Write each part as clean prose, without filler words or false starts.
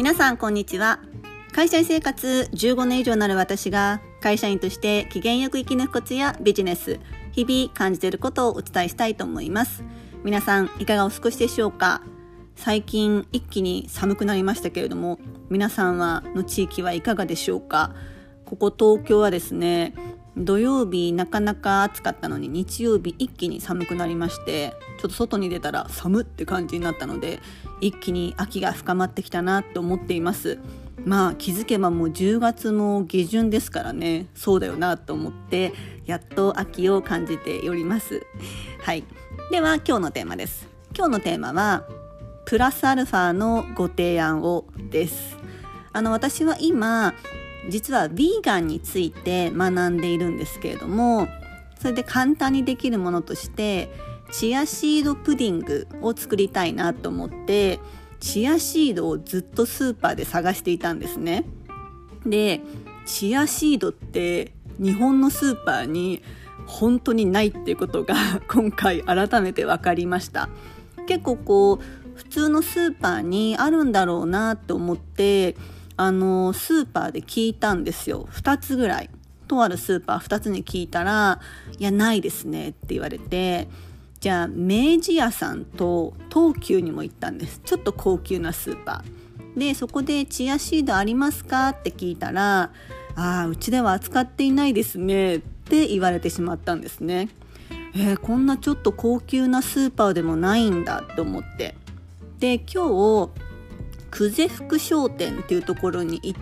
皆さんこんにちは。会社員生活15年以上になる私が会社員として機嫌よく生き抜くコツやビジネス、日々感じていることをお伝えしたいと思います。皆さんいかがお過ごしでしょうか。最近一気に寒くなりましたけれども、皆さんの地域はいかがでしょうか。ここ東京はですね、土曜日なかなか暑かったのに日曜日一気に寒くなりまして、ちょっと外に出たら寒って感じになったので、一気に秋が深まってきたなと思っています。気づけばもう10月の下旬ですからね、そうだよなと思ってやっと秋を感じております。はい、では今日のテーマです。今日のテーマはプラスアルファのご提案をです。私は今実はヴィーガンについて学んでいるんですけれども、それで簡単にできるものとしてチアシードプディングを作りたいなと思って、チアシードをずっとスーパーで探していたんですね。で、チアシードって日本のスーパーに本当にないっていうことが今回改めて分かりました。結構普通のスーパーにあるんだろうなと思ってスーパーで聞いたんですよ。2つぐらい、とあるスーパー2つに聞いたら、いやないですねって言われて、じゃあ明治屋さんと東急にも行ったんです。ちょっと高級なスーパーで、そこでチアシードありますかって聞いたら、うちでは扱っていないですねって言われてしまったんですね。こんなちょっと高級なスーパーでもないんだと思って、で今日久世福商店っていうところに行って、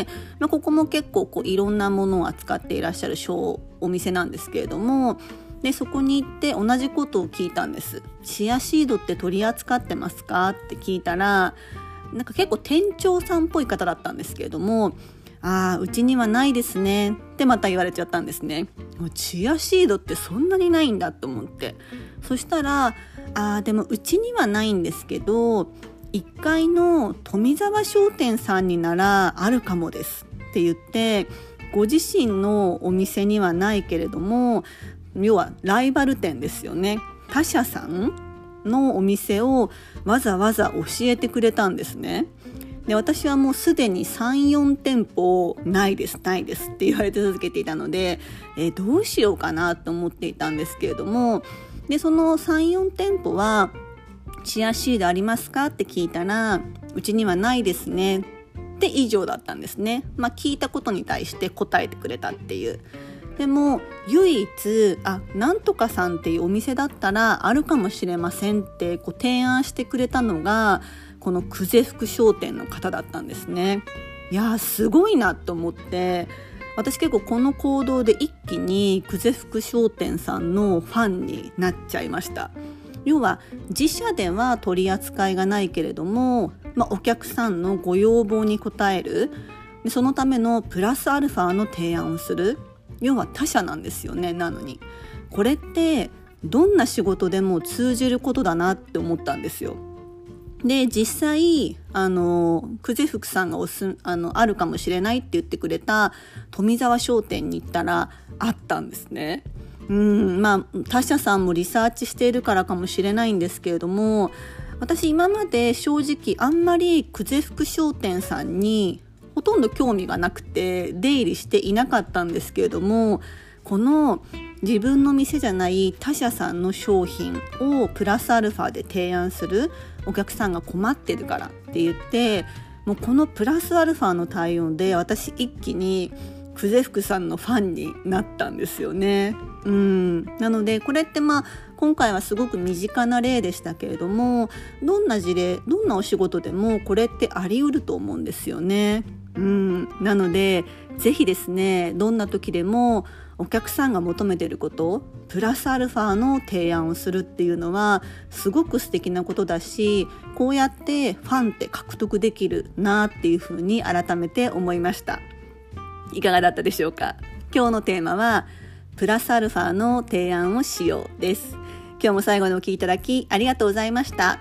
ここも結構いろんなものを扱っていらっしゃるお店なんですけれども、でそこに行って同じことを聞いたんです。チアシードって取り扱ってますかって聞いたら、結構店長さんっぽい方だったんですけれども、うちにはないですねってまた言われちゃったんですね。チアシードってそんなにないんだと思って、そしたらでもうちにはないんですけど1階の富沢商店さんにならあるかもですって言って、ご自身のお店にはないけれども、要はライバル店ですよね。他社さんのお店をわざわざ教えてくれたんですね。で、私はもうすでに 3,4 店舗ないですって言われ続けていたので、どうしようかなと思っていたんですけれども、でその 3,4 店舗はチアシードありますかって聞いたら、うちにはないですねって以上だったんですね。聞いたことに対して答えてくれたっていう。でも唯一なんとかさんっていうお店だったらあるかもしれませんって提案してくれたのがこの久世福商店の方だったんですね。いやすごいなと思って、私結構この行動で一気に久世福商店さんのファンになっちゃいました。要は自社では取り扱いがないけれども、お客さんのご要望に応える、そのためのプラスアルファの提案をする、要は他社なんですよね。なのにこれってどんな仕事でも通じることだなって思ったんですよ。で実際久世福さんがあるかもしれないって言ってくれた富沢商店に行ったらあったんですね。他社さんもリサーチしているからかもしれないんですけれども、私今まで正直あんまり久世福商店さんにほとんど興味がなくて出入りしていなかったんですけれども、この自分の店じゃない他社さんの商品をプラスアルファで提案するお客さんが困ってるからって言って、もうこのプラスアルファの対応で私一気に久世福さんのファンになったんですよね。なのでこれって今回はすごく身近な例でしたけれども、どんな事例、どんなお仕事でもこれってあり得ると思うんですよね。なのでぜひですね、どんな時でもお客さんが求めていることプラスアルファの提案をするっていうのはすごく素敵なことだし、こうやってファンって獲得できるなっていうふうに改めて思いました。いかがだったでしょうか。今日のテーマはプラスアルファの提案をしようです。今日も最後にお聞きいただきありがとうございました。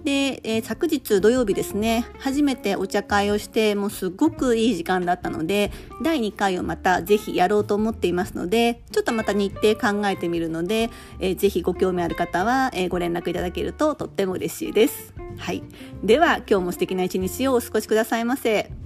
で、昨日土曜日ですね、初めてお茶会をして、もうすごくいい時間だったので、第2回をまたぜひやろうと思っていますので、ちょっとまた日程考えてみるので、ぜひご興味ある方は、ご連絡いただけるととっても嬉しいです。はい。では、今日も素敵な一日をお過ごしくださいませ。